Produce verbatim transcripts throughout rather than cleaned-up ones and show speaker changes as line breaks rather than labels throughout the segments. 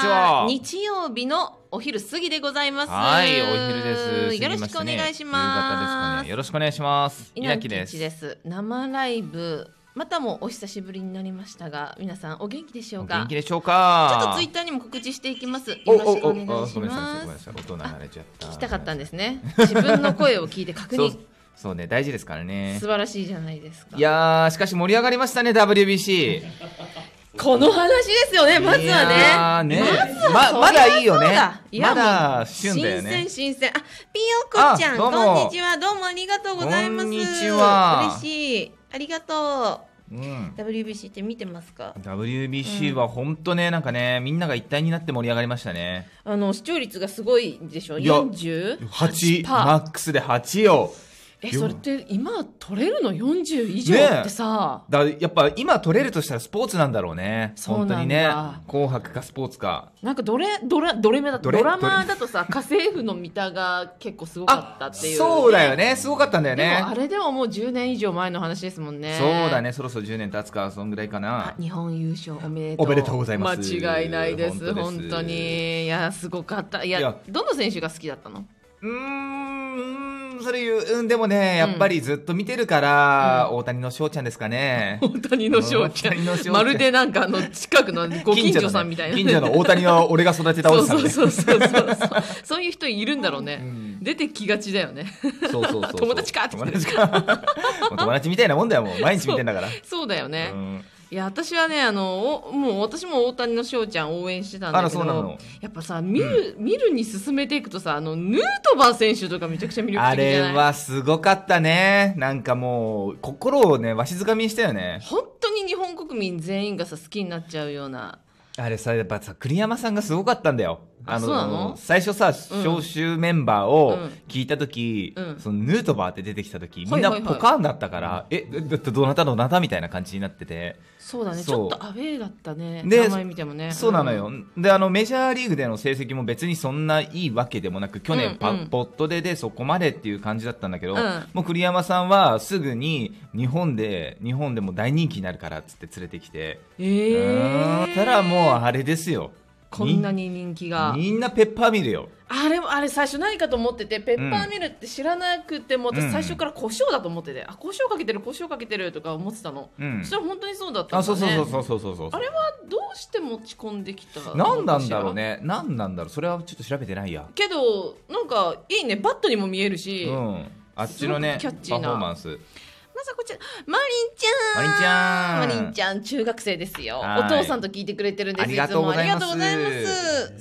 ちは。
日曜日のお昼過ぎでございます。
はい、お昼です。
よろしくお願いします。
夕方ですかね。よろしくお願いします。
稲木です。です。生ライブ、またもお久しぶりになりましたが、皆さんお元気でしょうか。
お元気でしょうか。
ちょっとツイッターにも告知していきます。よろしくお願いします。
ごめんなさい、ごめんなさい。音流れちゃった。
聞きたかったんですね。自分の声を聞いて確認。
そうそうね、大事ですからね。
素晴らしいじゃないですか。
いやー、しかし盛り上がりましたね、ダブリュービーシー。
この話ですよね、まずはね。
ね
まずは
ままだいいよね。
ま
だ旬だよね。
新鮮新鮮。あ、ピヨコちゃん、こんにちは。どうもありがとうございます。
こんにちは。
嬉しい。ありがとう。
うん、
ダブリュービーシー って見てますか？
ダブリュービーシー は本当ね、なんかね、みんなが一体になって盛り上がりましたね。
あの視聴率がすごいでしょ。よんじゅうはちパーセント。
マックスではちよ。
え、それって今取れるのよんじゅう以上ってさ、
ね、だやっぱ今取れるとしたらスポーツなんだろうね。本当にね。紅白かスポーツか。なんか
どれドラドレ目だとドラマだとさ、家政婦の三田が結構すごかったっていう、ね。
そうだよね、すごかったんだよね。
でもあれでももうじゅうねん以上前の話ですもんね。
そうだね、そろそろじゅうねん経つか、そんぐらいかな。
日本優勝おめでとう。
おめでとうございます。
間違いないです、本当に。いやすごかった。いや、いやどの選手が好きだったの？
うーん、それ言う、うん、でもね、やっぱりずっと見てるから、うん、大谷の翔ちゃんですかね。
大谷の翔ちゃん。まるでなんかあの近くのご近所さんみたいな。
近所の大谷は俺が育てたおじさんね。
そうそうそうそうそう。そういう人いるんだろうね。うん、出てきがちだよね。
そうそうそう。
友達かって
友達か。友達みたいなもんだよ、もう毎日見てんだから。
そう、そうだよね。うん、いや私はね、あのもう私も大谷の翔ちゃん応援してたんだけど、やっぱさ見る、うん、見るに進めていくとさ、あのヌートバー選手とかめちゃくちゃ魅力的じゃない？
あれはすごかったね。なんかもう心をねわしづかみにしたよね。
本当に日本国民全員がさ好きになっちゃうような。
あれさ、やっぱさ栗山さんがすごかったんだよ。
あのそうなの？
最初さ、招集メンバーを聞いたとき、うん、そのヌートバーって出てきたとき、みんなポカーンだったから、はいはいはい、え、だってどなたどなたみたいな感じになってて。
そうだね、ちょっとアウェーだったね。名前見てもね。
そうなのよ。うん、で、あの、メジャーリーグでの成績も別にそんないいわけでもなく、去年パ、うんうん、ポットででそこまでっていう感じだったんだけど、うん、もう栗山さんはすぐに日本で、日本でも大人気になるからっつって連れてきて。
えー。
たらもうあれですよ。
こんなに人気が
みんなペッパーミルよ。
あれあれ最初何かと思ってて、ペッパーミルって知らなくても、うん、私最初から胡椒だと思ってて、あ胡椒かけてる胡椒かけてるとか思ってたの、うん、そしたら本当にそうだったんだね。
あそうそうそうそうそうそう。あ
れはどうして持ち込んできたの？
何なんだろうね。何なんだろう、それはちょっと調べてないや
けど、なんかいいね、バットにも見えるし、
うん、あっちのね
キャッチーな
パフォーマンス。
まずこちらマリンちゃん
マリンちゃん
マリンちゃん中学生ですよ。お父さんと聞いてくれてるんです。
ありがとうございます。
いつもありがとうございます。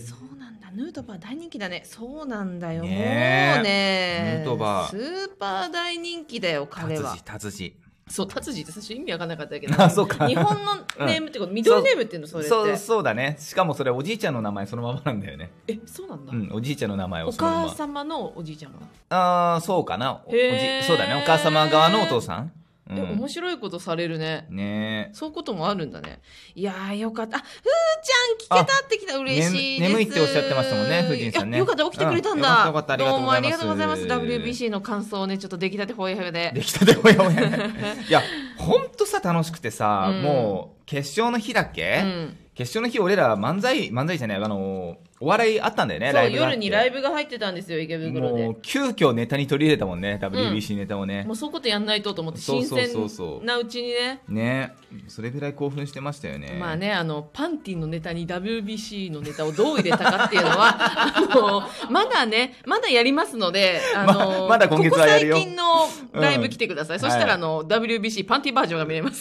そうなんだ、ヌートバー大人気だね。そうなんだよ、ね、もうね、
ヌートバー
スーパー大人気だよ彼は。
達治
そう、達治って最初意味わかんなかったけど、
あそうか、
日本のネームってこと、うん、ミドルネームっていうのそれって。
そうそうだね。しかもそれおじいちゃんの名前そのままなんだよね。
え、そうなんだ、
うん、おじいちゃんの名前をそのまま。
お母様のおじいちゃんは
ああそうかな、おじそうだね、お母様側のお父さん。
うん、え面白いことされるね。
ね、
そういうこともあるんだね。いやーよかった。あ、ふーちゃん聞けたってきた、嬉しいです。
ね、眠いっておっしゃってましたもんね、藤井さんね。
よかった、起きてくれたんだ。
うん、よかったよかった、
どうもありがとうございます。ダブリュービーシー の感想をね、ちょっと出来たてほやほやで。
出来たてほやほやで。いや、ほんとさ、楽しくてさ、うん、もう、決勝の日だっけ、うん、決勝の日、俺ら漫才、漫才じゃない、あの、お笑いあったんだよね、ライブが。
夜にライブが入ってたんですよ、池袋で。
もう、急遽ネタに取り入れたもんね、ダブリュービーシー ネタをね。
うん、もうそういうことやんないとと思って、新鮮なうちにね。
ね、それぐらい興奮してましたよね。
まあね、あの、パンティのネタに ダブリュービーシー のネタをどう入れたかっていうのは、あの、まだね、まだやりますので、あの、
ま、まだ今月はやるよ。
ここ最近のライブ来てください。うん、そしたら、あの、はい、ダブリュービーシー パンティバージョンが見れます。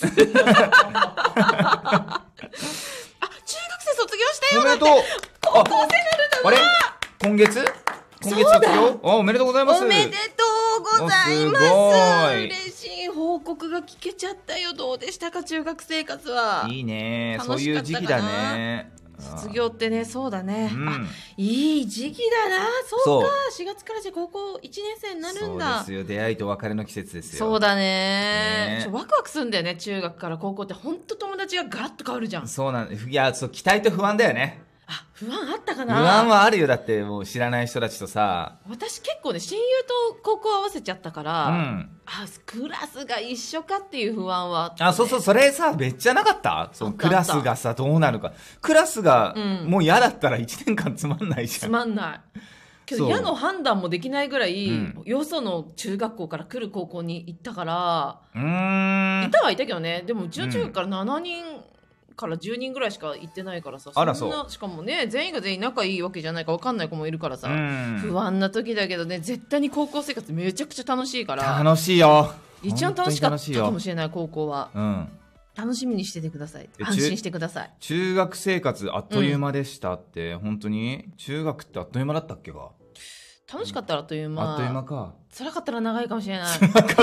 卒業したよ。
おめでとう。
高校生になるんだな。
あれ今月今月卒業。あ、おめでとうございます。
おめでとうございます。すごい嬉しい報告が聞けちゃったよ。どうでしたか中学生活は。
いいね、そういう時期だね。
卒業ってね、そうだね、うん、あいい時期だな。そうか、しがつからじゃ高校いちねん生になるんだ。
そうですよ、出会いと別れの季節ですよ。
そうだ ね, ねちょワクワクするんだよね。中学から高校って本当友達がガラッと変わるじゃん。
そうなんいや、そう期待と不安だよね。
あ不安あったかな。
不安はあるよ。だってもう知らない人たちとさ。
私結構ね親友と高校合わせちゃったから、うん、あクラスが一緒かっていう不安はあって、ね、
あそうそうそれさめっちゃなかった。そのクラスがさどうなるか。クラスがもう嫌だったらいちねんかんつまんないじゃん。
つまんないけど矢の判断もできないぐらい、うん、よその中学校から来る高校に行ったから、うーんいたはいたけどね。でもうちの中学からななにんからじゅうにんぐらいしか行ってないからさ、
あらそう。
そんなしかもね全員が全員仲いいわけじゃないか分かんない子もいるからさ、不安な時だけどね絶対に高校生活めちゃくちゃ楽しいから。
楽しいよ。
一番楽しかったかもしれない高校は、うん、楽しみにしててください。安心してください。
中学生活あっという間でしたって、うん、本当に中学ってあっという間だったっけか。
楽しかったらあっという間。
あっという間か。
辛かったら長いかもしれない。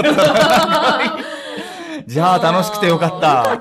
じゃあ楽しくてよかった。
よかった、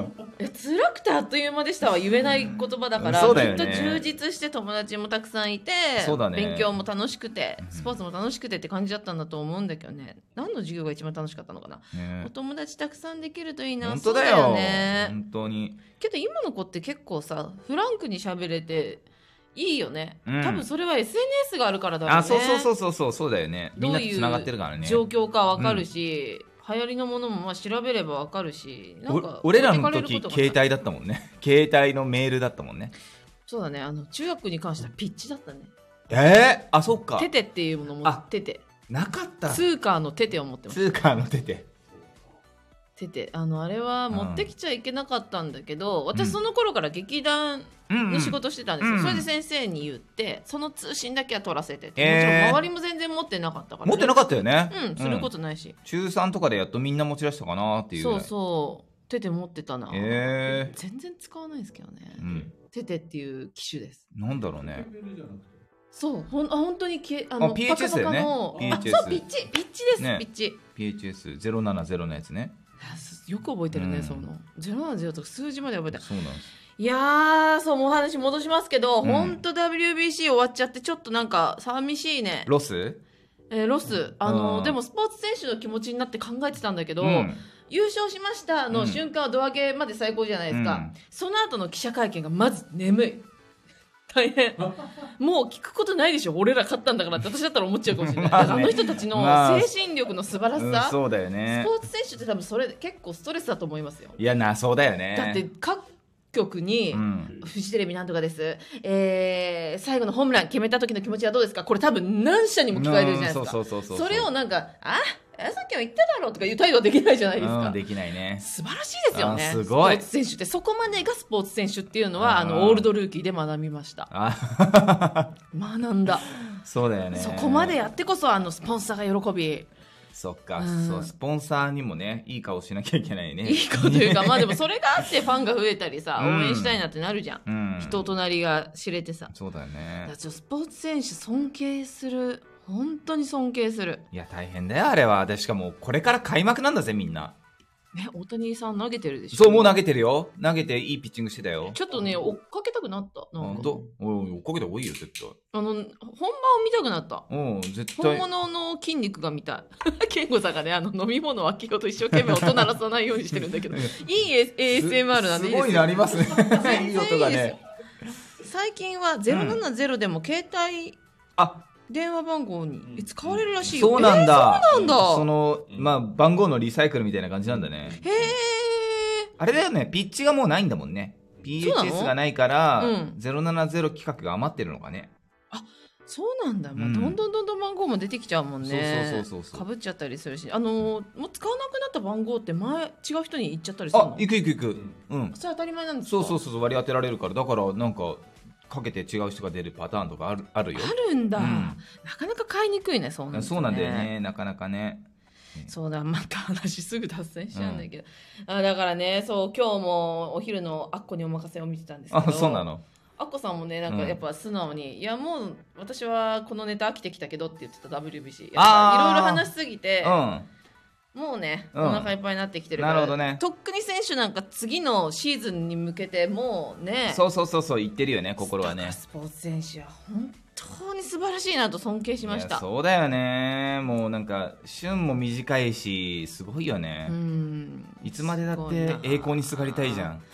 うん、え辛くてあっという間でしたは言えない言葉だから、うんね、きっと充実して友達もたくさんいて、そうだね、勉強も楽しくてスポーツも楽しくてって感じだったんだと思うんだけどね。何の授業が一番楽しかったのかな、ね、お友達たくさんできるといいな。
本当だよ。そうだよね。本当に。
けど今の子って結構さフランクに喋れていいよね、うん、多分それは エスエヌエス があるからだろうね。
あそうそうそうそうそうそうだよね。みんなとつながってるからね。
どういう状況か分かるし、うん、流行りのものもまあ調べれば分かるし、なんか
俺らの時携帯だったもんね。携帯のメールだったもんね。
そうだね。あの中学に関してはピッチだったね。
えー、あそっか。
テテっていうものを持ってて
なかった。
ツーカーのテテを持ってます。
ツーカーのテテ
テテあのあれは持ってきちゃいけなかったんだけど、うん、私その頃から劇団の仕事してたんですよ、うんうん、それで先生に言ってその通信だけは取らせてって、えー、もちろん周りも全然持ってなかったから、ね、
持ってなかったよね。
うんすることないし、うん、
中さんとかでやっとみんな持ち出したかなっていう。
そうそうテテ持ってたな、
えー、
全然使わないですけどね、うん、テテっていう機種です。
なんだろうね。
そうほんあ本当にけあの
あ ピーエイチエス だよね。
ピーエイチエス あそうピッチピッチです、ね、ピッチ
ピーエイチエスゼロななゼロ のやつね。
よく覚えてるね、うん、そのゼロななゼロとか数字まで覚えてる。
そうなんです。
いやーそうもうお話戻しますけど、うん、本当 ダブリュービーシー 終わっちゃってちょっとなんか寂しいね。
ロス、
えー、ロスあの、うん、でもスポーツ選手の気持ちになって考えてたんだけど、うん、優勝しましたの瞬間は胴上げまで最高じゃないですか、うん、その後の記者会見がまず眠い大変もう聞くことないでしょ俺ら勝ったんだからって私だったら思っちゃうかもしれない、まあね、あの人たちの精神力の素晴らしさ、まあうん、そうだよね。スポーツ選手って多分それ結構ストレスだと思いますよ。
いやなそうだよね。
だって各局に、うん、フジテレビなんとかです、えー、最後のホームラン決めた時の気持ちはどうですかこれ多分何社にも聞かれてるじゃないですか。それをなんかあさっきも言っただろうとかいう態度はできないじゃないですか、
うん、できないね。
素晴らしいですよね。
すごい
スポーツ選手ってそこまでがスポーツ選手っていうのはあのオールドルーキーで学びました。学んだ。
そうだよね。
そこまでやってこそあのスポンサーが喜び。
そっか、うん、そうスポンサーにもねいい顔しなきゃいけないね。
いい顔というかまあでもそれがあってファンが増えたりさ、うん、応援したいなってなるじゃん、うん、人となりが知れてさ。
そうだよね。
だスポーツ選手尊敬する。本当に尊敬する。
いや大変だよあれは。でしかもこれから開幕なんだぜみんな。
ね、大谷さん投げてるでしょ。
そうもう投げてるよ。投げていいピッチングしてたよ。
ちょっとね追っかけたくなった。なんか
ど追っかけた方がいいよ絶対。
あの本番を見たくなった。
うん絶対。
本物の筋肉が見たい。健吾さんがねあの飲み物を開けようと一生懸命音鳴らさないようにしてるんだけどいい エーエスエムアール なんでいいですよ。
すごいなりますね。いい音がね。
最近はゼロななゼロでも携帯、うん、あ電話番号に使われるらしいよ。
そうなんだ。
えー、そうなんだ。
そのまあ番号のリサイクルみたいな感じなんだね。
へえ。
あれだよね。ピッチがもうないんだもんね。ピーエイチエス がないから、うん、ゼロななゼロ規格が余ってるのかね。
あ、そうなんだ。もうどんどんどんどん番号も出てきちゃうもんね。そうそうそうそう。かぶっちゃったりするし、あのー、もう使わなくなった番号って前違う人に言っちゃったりするの？
あ、行く行く行く。うん。
それ当たり前なんですか？
そうそうそう割り当てられるから。だからなんか。かけて違う人が出るパターンとかある、あるよ。
あるんだ、うん、なかなか買いにくいね。そうなんですね。
そうなんだよねなかなかね。
そうだまた話すぐ脱線しちゃうんだけど、うん、あだからねそう今日もお昼のアッコにお任せを見てたんですけど。
あそうなの。
アッコさんもねなんかやっぱ素直に、うん、いやもう私はこのネタ飽きてきたけどって言ってた ダブリュービーシー いろいろ話しすぎて、うんもうね、うん、お腹いっぱいになってきてるから。なるほどね。とっくに選手なんか次のシーズンに向けてもうね
そうそうそうそう言ってるよね心はね。
スポーツ選手は本当に素晴らしいなと尊敬しました。
そうだよね。もうなんか旬も短いしすごいよね。うんいつまでだって栄光にすがりたいじゃん。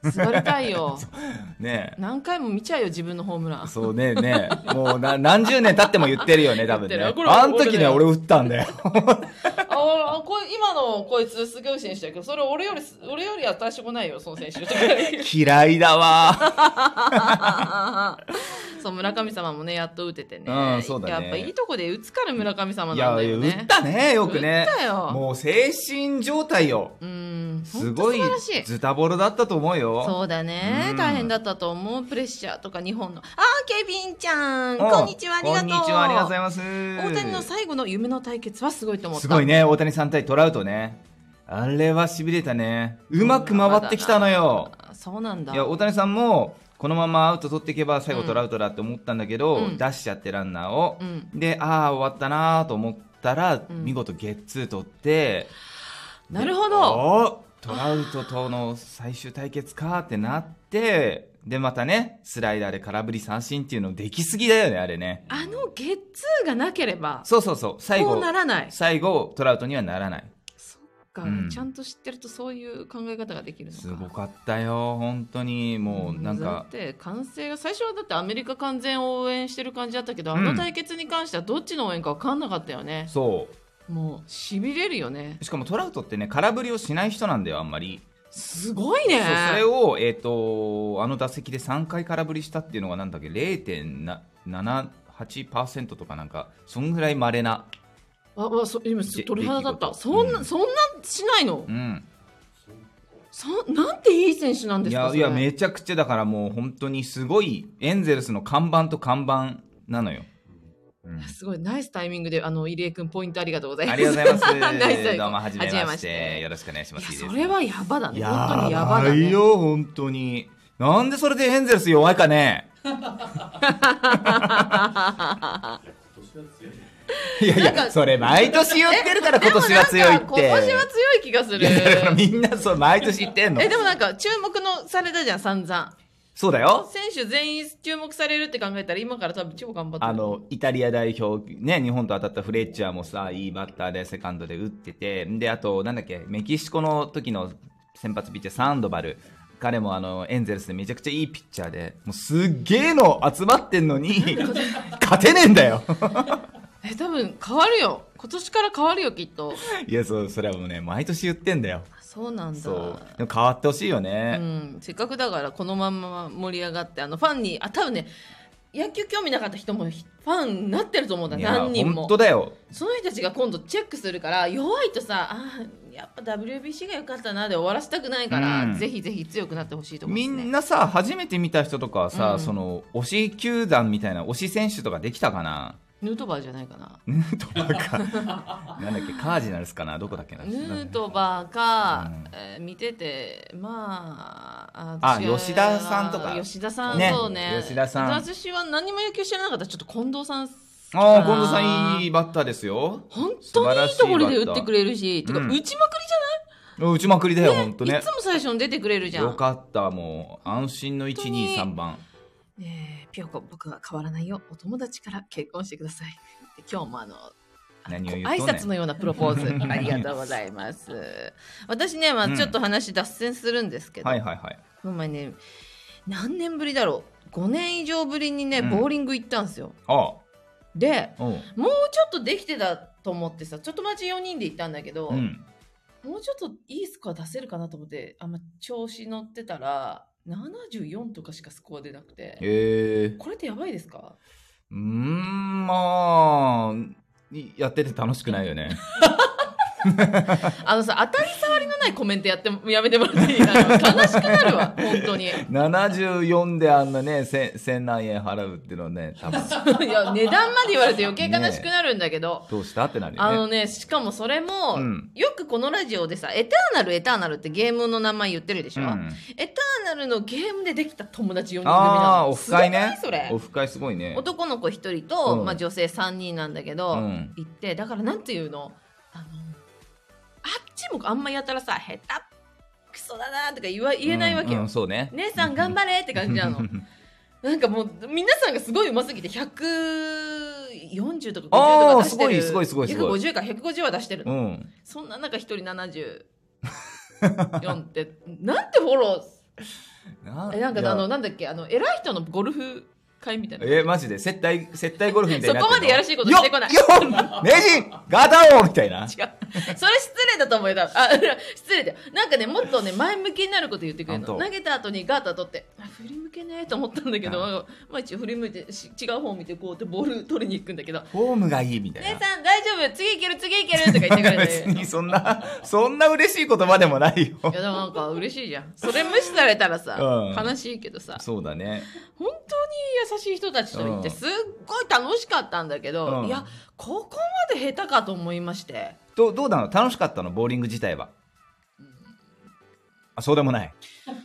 座りたいよ
ね、
何回も見ちゃうよ自分のホームラン。
そうねねもうな何十年経っても言ってるよね多分ね。あん時ね俺打ったんだよ
あこれ今のこいつすごい選手だけどそれ俺より俺よりは大したくないよその選手
嫌いだわ
そう村神様もねやっと打ててね、
うん、そうだね、
やっぱいいとこで打つから村神様なんだよね。
いや打ったねよくね。
打ったよ。
もう精神状態よ。
うん
すごいズタボロだったと思うよ。
そうだね、うん、大変だったと思う。プレッシャーとか日本のあケビンちゃんこんにちはありがとう。
こんにちはありがとうございます。
大谷の最後の夢の対決はすごいと思った。
すごいね大谷さん対トラウトね。あれはしびれたね。うまく回ってきたのよ。
そうなんだ。
いや大谷さんもこのままアウト取っていけば最後トラウトだって思ったんだけど、うん、出しちゃってランナーを、うん、でああ終わったなと思ったら、うん、見事ゲッツー取って、
なるほど
トラウトとの最終対決かってなって、でまたねスライダーで空振り三振っていうのできすぎだよねあれね。
あのゲッツーがなければ
そうそうそう最後
こうならない。
最後トラウトにはならない。
うん、ちゃんと知ってるとそういう考え方ができるのか。
すごかったよ本当に。もうなんか、
だって歓声が最初はだってアメリカ完全応援してる感じだったけど、うん、あの対決に関してはどっちの応援か分かんなかったよね。
そう
もうしびれるよね。
しかもトラウトってね空振りをしない人なんだよあんまり。
すごいね。
そうそれを、えー、とあの打席でさんかい空振りしたっていうのがなんだっけ ゼロてんななはちパーセント とかなんかそんぐらい稀な。
ああそ今鳥肌だった。そんな、うん、そんなしないの、
うん、
そなんていい選手なんですか。
いやいやめちゃくちゃだからもう本当にすごいエンゼルスの看板と看板なのよ、
うん、すごいナイスタイミングであの入江君ポイントありがとうございます。
ありがとうございますどうもはじめましてよろしくお願いします。いいですか。
それはやばだね。本当にやばだね。
やばいよ本当に。なんでそれでエンゼルス弱いかねいやいやそれ毎年言ってるから今年は強いって。今
年は強い気がする。い
やだからみんなそう毎年言ってんの。
えでもなんか注目のされたじゃん散々。
そうだよ。
選手全員注目されるって考えたら今から多分超頑張ってる。
あのイタリア代表ね日本と当たったフレッチャーもさいいバッターでセカンドで打ってて、であとなんだっけメキシコの時の先発ピッチャーサンドバル、彼もあのエンゼルスでめちゃくちゃいいピッチャーでもうすっげえの集まってんのに勝てねえんだよ
え多分変わるよ今年から変わるよきっと。
いやそうそれはもうね毎年言ってんだよ。
そうなんだ。
そうでも変わってほしいよね、
うん、せっかくだからこのまま盛り上がってあのファンにあ多分ね野球興味なかった人もファンになってると思うんだ。何人も。
本当だよ。
その人たちが今度チェックするから弱いとさあやっぱ ダブリュービーシー が良かったなで終わらせたくないから、うん、ぜひぜひ強くなってほしいと思いますね。
みんなさ初めて見た人とかはさ、うん、その推し球団みたいな推し選手とかできたかな。
ヌートバーじゃないかな。
ヌートバーかなんだっけカージナルスかなどこだっけな。
ヌートバーか、うんえー、見ててまあ
あ吉田さんとか
吉田さん、ね、そうね
吉田さん。
私は何も野球知らなかったらちょっと近藤さん
ああ近藤さんいいバッターですよ。
本当にいいところで打ってくれるし、てか、うん、打ちまくりじゃない。
打ちまくりだよ、ね、本当ね。
いつも最初に出てくれるじゃん。
よかったもう安心のいちにさんばん。
えー、ピョコ僕は変わらないよお友達から結婚してください。今日もあの
何を言う
挨拶のようなプロポーズありがとうございます私ね、まあ、ちょっと話脱線するんですけど、
うん、はいはいはい。
お前ね何年ぶりだろうごねん以上ぶりにね、うん、ボーリング行ったんですよ。
ああ
でもうちょっとできてたと思ってさちょっと待ちよにんで行ったんだけど、うん、もうちょっといいスコア出せるかなと思ってあんま調子乗ってたらななじゅうよんとかしかスコア出なくて、
へー、
これってやばいですか。
うーんまあやってて楽しくないよね
あのさ当たり障りのないコメントやってやめてもらっていいかな。悲しくなるわ本当に。
ななじゅうよんであんなねせん何円払うっていうのはね多分
いや値段まで言われて余計悲しくなるんだけど、
ね、どうしたってなるよね。
あのねしかもそれも、うん、よくこのラジオでさエターナルエターナルってゲームの名前言ってるでしょ、うん、エターナルのゲームでできた友達よにん組なの。
ああオフ会ね。
それ
オフ会すごいね。
男の子ひとりと、うんまあ、女性さんにんなんだけど、うん、行ってだからなんていうのあのあっちもあんまやったらさ下手クソだなとか言わ言えないわけよ、
うんうんそうね、
姉さん頑張れって感じなのなんかもう皆さんがすごいうますぎてひゃくよんじゅうとかごじゅうとか出してる。
すごいすごいすごいすごい。ひゃくごじゅう
かひゃくごじゅうは出してるの、うん、そんな中一人ななじゅうよんってなんてフォロー
な
えなんかあのなんだっけあの偉い人のゴルフ会みたいな。
えマジで接待接待ゴルフみたいな。
そこまでやらしいことしてこない。
よっ名人ガタオみたいな。違う。
それ失礼だと思うよ。あ失礼だよ。なんかねもっとね前向きになること言ってくれるの。投げた後にガーター取ってあ振り向けねえと思ったんだけど、まあ一応振り向いて違う方を見てこうやってボール取りに行くんだけど。
フォームがいいみたいな。
姉さん大丈夫次いける次いけるとか言ってくれて。
別にそんなそんな嬉しい言葉でもないよ。
いやでもなんか嬉しいじゃん。それ無視されたらさ、うん、悲しいけどさ。
そうだね。
本当に優しい人たちといてすっごい楽しかったんだけど、うん、いやここまで下手かと思いまして。
どどうなの楽しかったのボーリング自体は。うん、あそうでもない。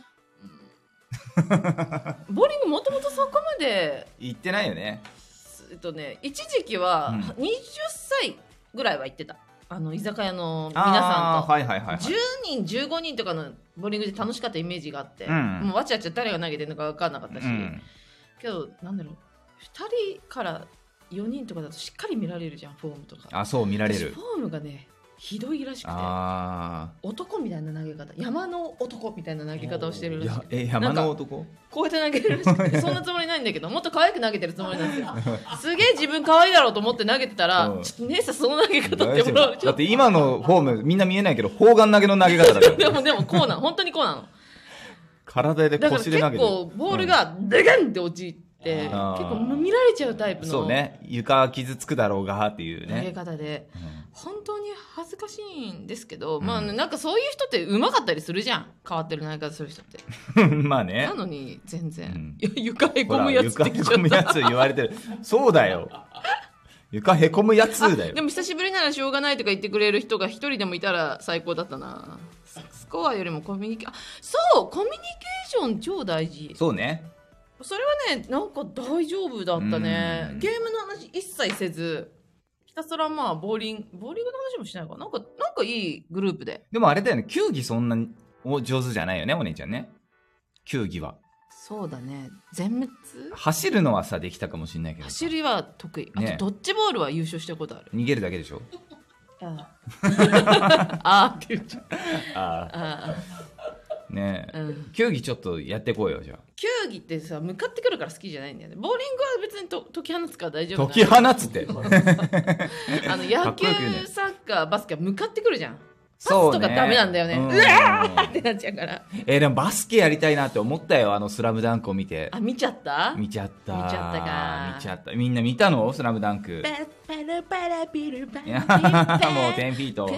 ボーリングもともとそこまで
行ってないよね。
えっとね一時期はにじゅっさいぐらいは行ってた。あの居酒屋の皆さんと、
はいはいはいはい、
じゅうにんじゅうごにんとかのボーリングで楽しかったイメージがあって、うん、もうわちゃわちゃ誰が投げてるのか分かんなかったし、うん、けどなんだろうふたりからよにんとかだとしっかり見られるじゃんフォームとか。
あそう見られる。
フォームがねひどいらしくて男みたいな投げ方山の男みたいな投げ方をしてるらしくて。
え山の男
こうやって投げるらしくてそんなつもりないんだけどもっと可愛く投げてるつもりなんですよ。すげえ自分可愛いだろうと思って投げてたら、うん、ちょっと姉さんその投げ方ってもらう。
だって今のフォームみんな見えないけど砲丸投げの投げ方だから、ね、
でもでもこうなの本当にこうなの。
体で腰で投げて
だから結構ボールがデガンって落ちて、うん、結構見られちゃうタイプの。
そうね床傷つくだろうがっていうね
投げ方で、うん、本当に恥ずかしいんですけど、うん、まあなんかそういう人ってうまかったりするじゃん変わってる投げ方する人って
まあね
なのに全然、うん、いや床へこむやつって
床へこむやつ言われてるそうだよ床へこむやつだよ。
でも久しぶりならしょうがないとか言ってくれる人が一人でもいたら最高だったな。スコアよりもコミュニケーションそうコミュニケーション超大事。
そうね
それはねなんか大丈夫だったね。ゲームの話一切せずひたすらまあボーリングボーリングの話もしないからなんかなんかいいグループで。
でもあれだよね球技そんな上手じゃないよねお姉ちゃんね球技は。
そうだね全滅。
走るのはさできたかもしれないけど
走りは得意。あとドッジボールは優勝したことある。
逃げるだけでしょ。
あああって言っちゃう。
ああねえ、うん、球技ちょっとやってこうよじゃあ。
球技ってさ向かってくるから好きじゃないんだよね。ボーリングは別にと解き放つから大丈夫。
解き放つって
あの野球、ね、サッカーバスケは向かってくるじゃん。パスとかダメなんだよね。う, ねうわーってなっちゃうから。
えー、でもバスケやりたいなって思ったよあのスラムダンクを見て。
あ見ちゃった？
見ちゃった。
見ちゃったか。
見ちゃった。みんな見たのスラムダンク。
パラパラピルパ
ラもうテンフィート。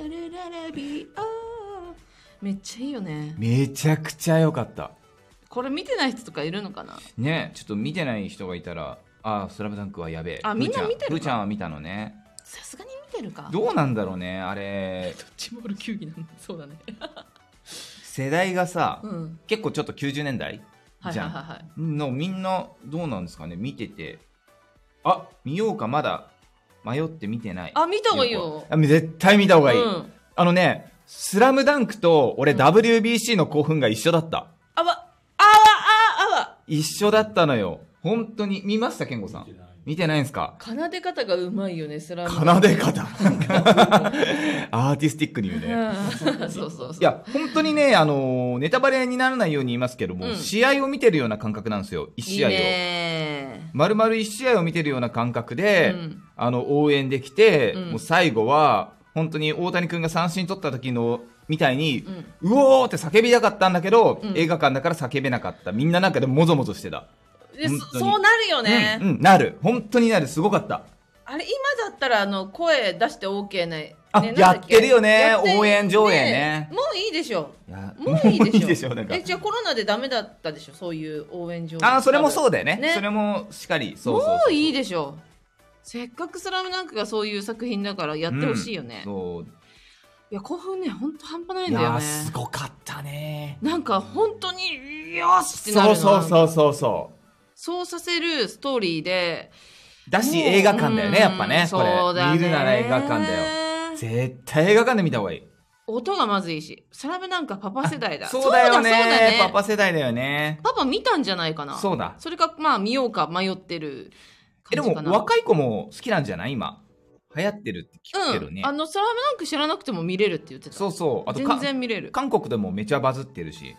めっちゃいいよね。
めちゃくちゃ良かった。
これ見てない人とかいるのかな
ね。ちょっと見てない人がいたらあスラムダンクはやべえ。
あみんな見てるか。
ふーちゃんは見たのね。
さすがに見てるか。
どうなんだろうねあれ。
ドッジボール球技なんだ。そうだね
世代がさ、
うん、
結構ちょっときゅうじゅうねんだいじゃん、
はいはいはいはい、
のみんなどうなんですかね見ててあ見ようかまだ迷って見てない。
あ見た方がいいよ。
あ絶対見た方がいい、うん、あのねスラムダンクと俺、うん、ダブリュービーシー の興奮が一緒だった。
あわあわあわ
一緒だったのよ本当に。見ました健吾さん見てないんですか。
奏で方がうまいよねスラム。
奏で方アーティスティックに言うね
そうそうそう。
いや本当にねあのー、ネタバレにならないように言いますけども、うん、試合を見てるような感覚なんですよ。一試合を丸々一試合を見てるような感覚で、うん、あの応援できて、うん、もう最後は本当に大谷君が三振取った時のみたいに、うん、うおーって叫びたかったんだけど、うん、映画館だから叫べなかった。みんななんかでももぞもぞしてた。
でそうなるよね、
うんうん、なる本当になる。すごかった。
あれ今だったらあの声出して OK な、ね、
あやってるよね応援上映ね。
もういいでしょもういいでしょ
いいでしょなんか
えじゃあコロナでダメだったでしょそういう応援上映。
あそれもそうだよ ね, ねそれもしっかりそうそうそう
もういいでしょ。せっかくスラムダンクがそういう作品だからやってほしいよね、うん、そういや興奮ね本当半端ないんだよね。
いやすごかったね。
なんか本当によしってなるの。
そうそうそうそうそう
そうさせるストーリーで
だし映画館だよねやっぱね。これそうだね見るなら映画館だよ。絶対映画館で見た方がいい。
音がまずいいしスラムダンクはパパ世代だ。
そうだよね。そうだそうだねパパ世代だよね。
パパ見たんじゃないかな。
そうだ
それかまあ見ようか迷ってる感じかな。
えでも若い子も好きなんじゃない今流行ってるって聞くけどね、
うん、あのスラムダンク知らなくても見れるって言ってた。
そうそうあと
全然見れる。
韓国でもめちゃバズってるし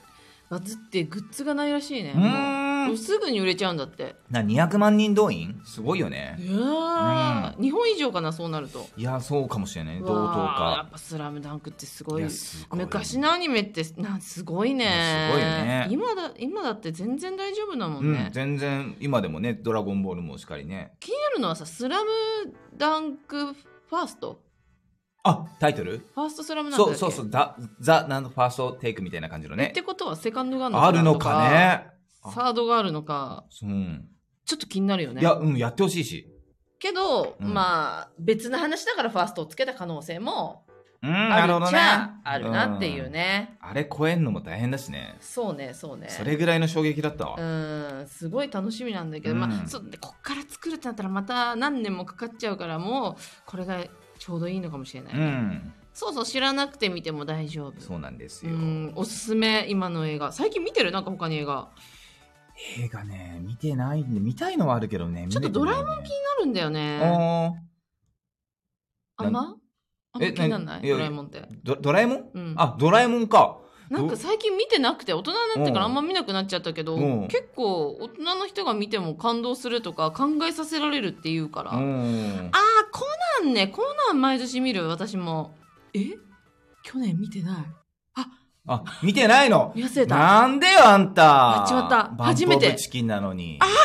バズってグッズがないらしいね。
うーん
もうすぐに売れちゃうんだって。
なにひゃくまんにん動員すごいよね。
いやー、うん、日本以上かな、そうなると。
いや、そうかもしれない。同等か。
やっぱスラムダンクってすごい。
いすごい
昔のアニメってなすごいね。
すごいよね。
今だ、今だって全然大丈夫だもんね。
うん、全然、今でもね、ドラゴンボールもしっかりね。
気になるのはさ、スラムダンクファースト
あ、タイトル
ファーストスラムダンクだっけ。
そうそうそう、ザ、ザ、なんファーストテイクみたいな感じのね。
ってことはセカンドがあるのかな
あるのかね。
サードがあるのか。
うん。
ちょっと気になるよね。
いや、うん、やってほしいし。
けど、
うん、
まあ、別な話だからファーストをつけた可能性も、
うん、なるほどね。
あるなっていうね、
うん。あれ超えんのも大変だしね。
そうね、そうね。
それぐらいの衝撃だったわ。
うん、すごい楽しみなんだけど、うん、まあ、そでこっから作るってなったらまた何年もかかっちゃうから、もう、これがちょうどいいのかもしれない、ね。うん。そうそう、知らなくて見ても大丈夫。
そうなんですよ。
うん、おすすめ、今の映画。最近見てる？なんか他に映画。
映画ね、見てないんで、見たいのはあるけどね。
ちょっとドラえもん気になるんだよね。あんまあんま気にならない？ドラえもんって。
ド, ドラえもん、
うん、
あ、ドラえもんか。
なんか最近見てなくて、大人になってからあんま見なくなっちゃったけど、結構大人の人が見ても感動するとか考えさせられるっていうから。あー、コナンね、コナン毎年見る、私も。え？去年見てない。
あ、見てないの。
痩せた。
なんでよ、あんた。
やっちまった。初めて。
バンプオブチキンなのに。
あ、うわ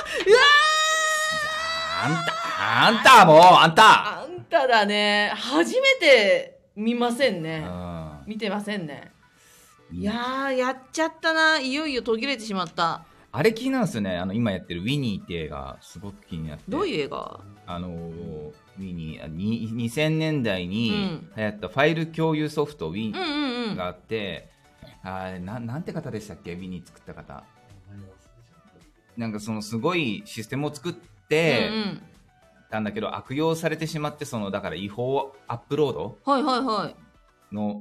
ー。あんた、あんたもう、あんた。
あんただね。初めて見ませんね。見てませんね。いやー、やっちゃったな。いよいよ途切れてしまった。
あれ気になるんですよね。あの、今やってるウィニーって映画、すごく気になって。
どういう映画？
あのー、ウィニー、ににせんねんだいに流行ったファイル共有ソフトウィニーがあって、あれ な, なんて方でしたっけ、ウィニー作った方。なんかそのすごいシステムを作ってたんだけど、うんうん、悪用されてしまって、そのだから違法アップロードの、
はいはいはい、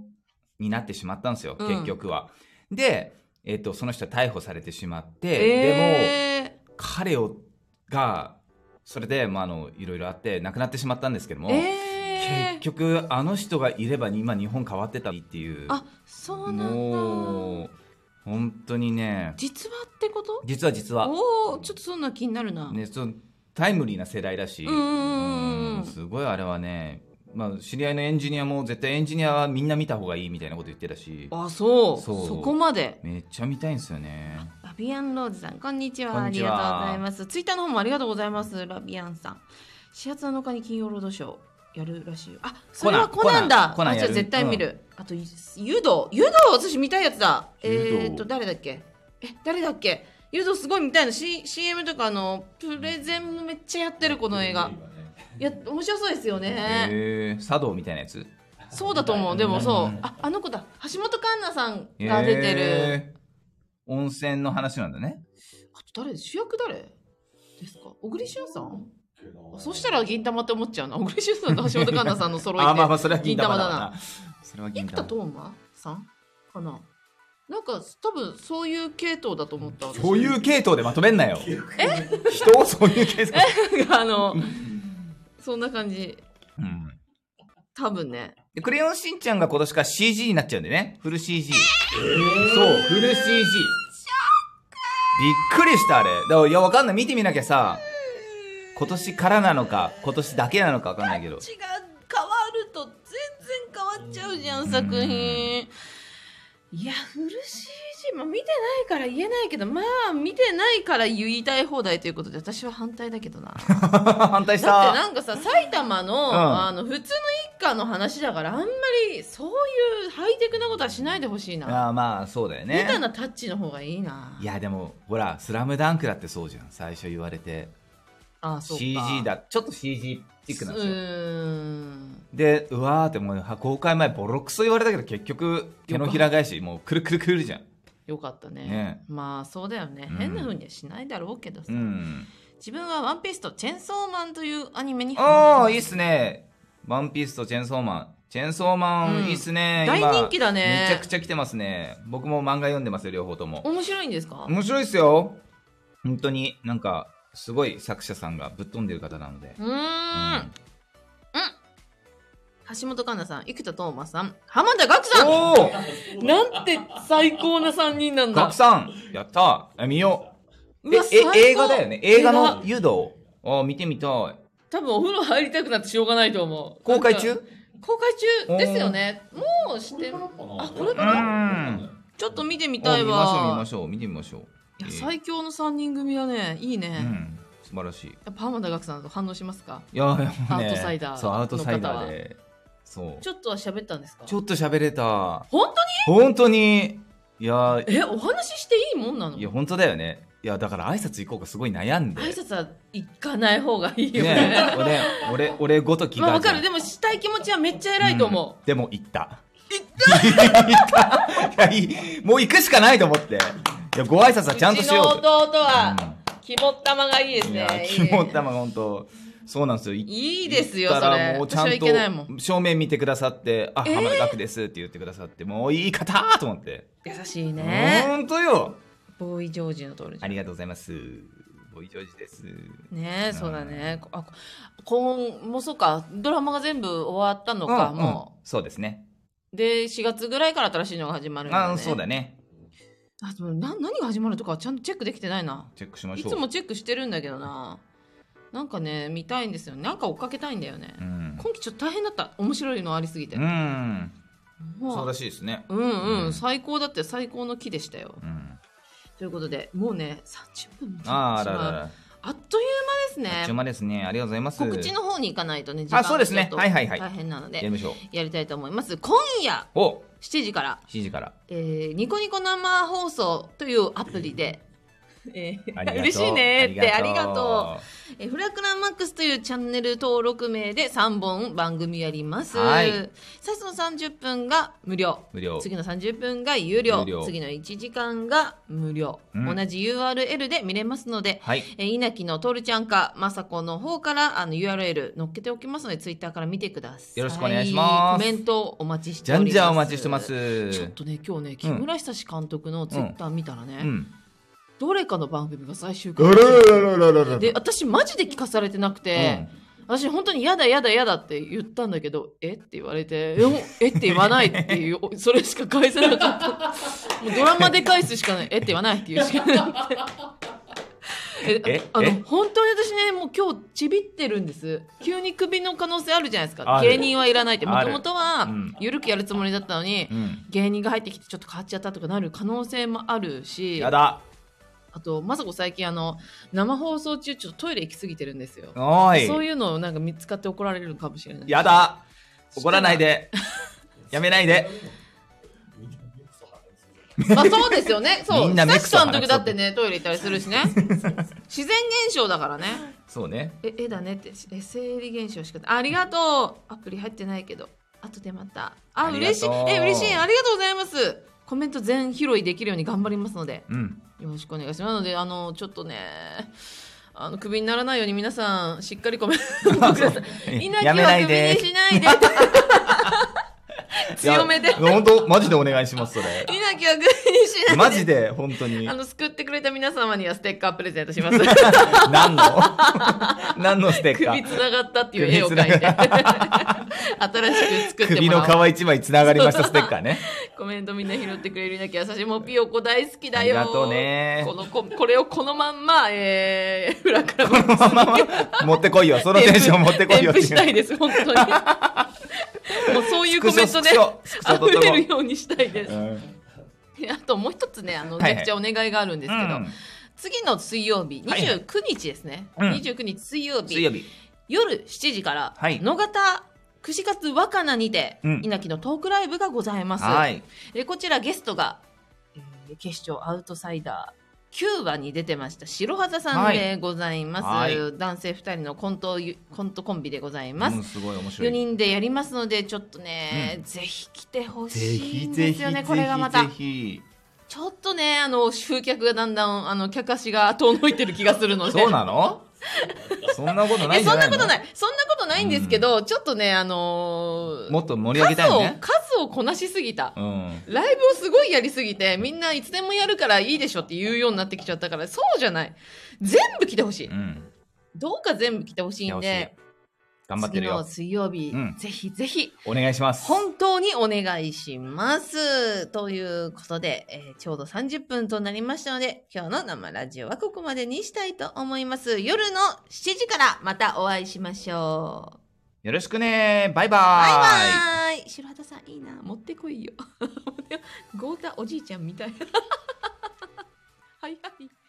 になってしまったんですよ、うん、結局は。で、えーと、その人は逮捕されてしまって、
えー、
でも彼をがそれで、まあ、あのいろいろあって亡くなってしまったんですけども、
えー
結局あの人がいれば今日本変わってたっていう。
あ、そうなんだ。
もう本当にね。
実話ってこと？
実は実は。
おお、ちょっとそんな気になるな。
ね、そタイムリーな世代だし、
うんうん、
すごいあれはね。まあ、知り合いのエンジニアも絶対エンジニアはみんな見た方がいいみたいなこと言ってたし。
あ、そう。
そう、
そこまで。
めっちゃ見たいんですよね。
ラビアンローズさん、こんにちは。ありがとうございます。ツイッターの方もありがとうございます。ラビアンさん。しがつなのかに金曜ロードショーやるらしいよ。あ、それはコナンだ。コナン、コナンやる。あ、じゃあ絶対見る。うん、あと、ユド。ユド私見たいやつだ。えーっと、誰だっけえ、誰だっけユドすごい見たいの。C、シーエム とかのプレゼンもめっちゃやってる、この映画。いや、面白そうですよね。
へー、茶道みたいなやつ。
そうだと思う。でもそう。あ、あの子だ。橋本環奈さんが出てる。
温泉の話なんだね。
あと誰主役誰ですか？小栗旬さん？そしたら銀玉って思っちゃうな。小栗旬さんと橋本環奈さんの揃いで。
あ、まあまあそれは銀玉だな。
銀玉だな。それは銀玉。生田斗真さんかな。なんか多分そういう系統だと思った。
そういう系統でまとめんなよ。え？人をそういう系統。
あのそんな感じ。うん。多分ね。
でクレヨンしんちゃんが今年から シージー になっちゃうんでね。フル シージー。えー、そう、フル シージー。びっくりしたあれ。だからいやわかんない。見てみなきゃさ。今年からなのか今年だけなのか分かんないけど、
形が変わると全然変わっちゃうじゃん作品。いやフル シージー、まあ、見てないから言えないけど、まあ見てないから言いたい放題ということで私は反対だけどな。
反対した。
だってなんかさ埼玉の、うん、あの普通の一家の話だからあんまりそういうハイテクなことはしないでほしいな。
あ、まあそうだよね。
ベタなタッチの方がいいな。
いやでもほらスラムダンクだってそうじゃん。最初言われて
ああそうか
シージー だ、ちょっと シージー チックなんですよ。うーんでうわーってもう公開前ボロクソ言われたけど結局手のひら返しもうくるくるくるじゃん。
よかったね。
ね、
まあそうだよね、うん、変な風にはしないだろうけどさ、
うん、
自分はワンピースとチェンソーマンというアニメに
ああいいっすね。ワンピースとチェンソーマンチェンソーマン、うん、いいっすね。
大人気だね。
めちゃくちゃ来てますね。僕も漫画読んでますよ両方とも。
面白いんですか？
面白いっすよ本当に。なんかすごい作者さんがぶっ飛んでる方なので。
うーん、うん、 橋本環奈さん、生田斗真さん、浜田岳さん。
お
ーなんて最高なさんにんなんだ。
岳さん、やったー。見よう。
うわ、最高。
え、映画だよね。映画の湯道。あ、見てみたい。
多分お風呂入りたくなってしょうがないと思う。
公開中？
公開中ですよね。もうして、あ、これかな？ちょっと見てみたいわ。
見ましょう、見ましょう、見てみましょう。
いや、最強のさんにん組だね。いいね。
うん。素晴らしい。
やっぱ浜田岳さんと反応しますか？
いや、ね、
アウトサイダー。
そう、アウトサイダーで。そう。
ちょっとは喋ったんですか？
ちょっと喋れた。
本当
に？本当に。いや、
え、お話ししていいもんなの？
いや、本当だよね。いや、だから挨拶行こうかすごい悩んで。
挨拶は行かない方がいいよね。
ね俺、俺、俺ごときが。
まあわかる。でもしたい気持ちはめっちゃ偉いと思う。
うん、でも行った。行った行ったいや、もう行くしかないと思って。いや、ご挨拶はちゃんとしよう。
うちの弟は、肝っ玉がいいですね。
肝っ玉が本当。そうなんですよ。
いいですよ、それ。
もうちゃんと正面見てくださって、あ、浜田岳ですって言ってくださって、もういい方と思って。
優しいね。
本当よ。
ボーイジョージの通り。
ありがとうございます。ボーイジョージです。
ねえ、そうだね。あ、今もそうか、ドラマが全部終わったのか、も
う。そうですね。
で、しがつぐらいから新しいのが始まるんだね。
あ、そうだね。
あ、でもな何が始まるとかちゃんとチェックできてないな。
チェックしましょう。
いつもチェックしてるんだけどな。なんかね、見たいんですよね。なんか追っかけたいんだよね。うん、今期ちょっと大変だった。面白いのありすぎて。うん。
そうらしいですね。
うんうん。うん、最高だって最高の木でしたよ。うん、ということで、もうね、さんじゅっぷんも経ってしまう。あーららら。あっという間ですね。
あっという間ですね。ありがとうございます。
告知の方に行かないとね、時間がちょっと大変なので、
やりましょう。
やりたいと思います。今夜しちじから、
しちじから、
えー、ニコニコ生放送というアプリで、えー、嬉しいねってありがとう。えー、フラクランマックスというチャンネル登録名でさんぼん番組やります。はい、最初のさんじゅっぷんが無料、無料次のさんじゅっぷんが有料、有料次のいちじかんが無料、うん、同じ ユーアールエル で見れますので、はい、えー、稲城のトールちゃんかまさこの方からあの ユーアールエル 載っけておきますので、ツイッターから見てください。
よろしくお願いします。
コメントお待ちしております。
じゃんじゃんお待ちしてます。
ちょっとね、今日ね、木村久志監督のツイッター見たらね、うんうん、どれかの番組が最終回で、私マジで聞かされてなくて、うん、私本当にやだやだやだって言ったんだけど、えって言われて、えって言わないっていう、それしか返せなかった。もうドラマで返すしかない。えって言わないっていうしかなくて。えあの本当に私ね、もう今日ちびってるんです。急にクビの可能性あるじゃないですか。芸人はいらないって、もともとは緩くやるつもりだったのに、うん、芸人が入ってきてちょっと変わっちゃったとかなる可能性もあるし、
やだ。
あとまさこ最近あの生放送中ちょっとトイレ行き過ぎてるんですよ。
おい、
そういうのをなんか見つかって怒られるかもしれない。
やだ、怒らないでやめないで
まあそうですよね。そう、みんなメクソの時だってね、トイレ行ったりするしね。自然現象だからね。
そうね。
え、絵だねって、え、生理現象しか。ありがとう。アプリ入ってないけど、後でまた。あ、嬉しい。え、嬉しい。ありがとうございます。コメント全拾いできるように頑張りますので、うん、よろしくお願いします。なので、あのちょっとね、あのクビにならないように皆さんしっかりコメントください。稲城はクビにしないで。強めで。
本当マジでお願いします。それ。
稲城はクビにしないで。
マジで本当に。
あの救ってくれた皆様にはステッカープレゼントします。
何の何のステッカー？
首つながったっていう絵を描いて。新しく作ってもらおう。
首の皮一枚つながりましたステッカーね。
コメントみんな拾ってくれる稲城は優しい。もうピヨコ大好きだよ。
ありがとうね。
このここれをこのまんま、えー、フラクラ
このまま持ってこいよ。そのテンション持ってこいよ。
添付したいです本当に。もうそういうコメントで溢れるようにしたいです。うん、あともう一つね、あのめちゃくちゃお願いがあるんですけど、はいはい、次の水曜日にじゅうくにちですね。はいはい、にじゅうくにち水曜日、水曜日夜しちじから、はい、野方串カツ若菜にて、うん、稲城のトークライブがございます。はい、でこちらゲストが、えー、警視庁アウトサイダーきゅうわに出てました白肌さんでございます。はい、男性ふたりのコントコントコンビでございます。うん、すごい面白い。よにんでやりますのでちょっとね、うん、ぜひ来てほしいんですよね。これがまたぜひちょっとね、あの集客がだんだんあの客足が遠のいてる気がするので。
そうなの？そんなことないんじゃないの？
そんなことない。そんなことないんですけど、うん、ちょっとね、あのー、
もっと盛り上げたいね。
数を、数をこなしすぎた、うん。ライブをすごいやりすぎて、みんないつでもやるからいいでしょって言うようになってきちゃったから、そうじゃない。全部来てほしい、うん。どうか全部来てほしいんで、
頑張ってるよ。
次の水曜日、うん、ぜひぜひ
お願いします。
本当にお願いします。ということで、えー、ちょうどさんじゅっぷんとなりましたので、今日の生ラジオはここまでにしたいと思います。夜のしちじからまたお会いしましょ
う。よろしくね。バイバイ。
バイバイ。白畑さんいいな。持ってこいよ。豪太おじいちゃんみたい。はいはい。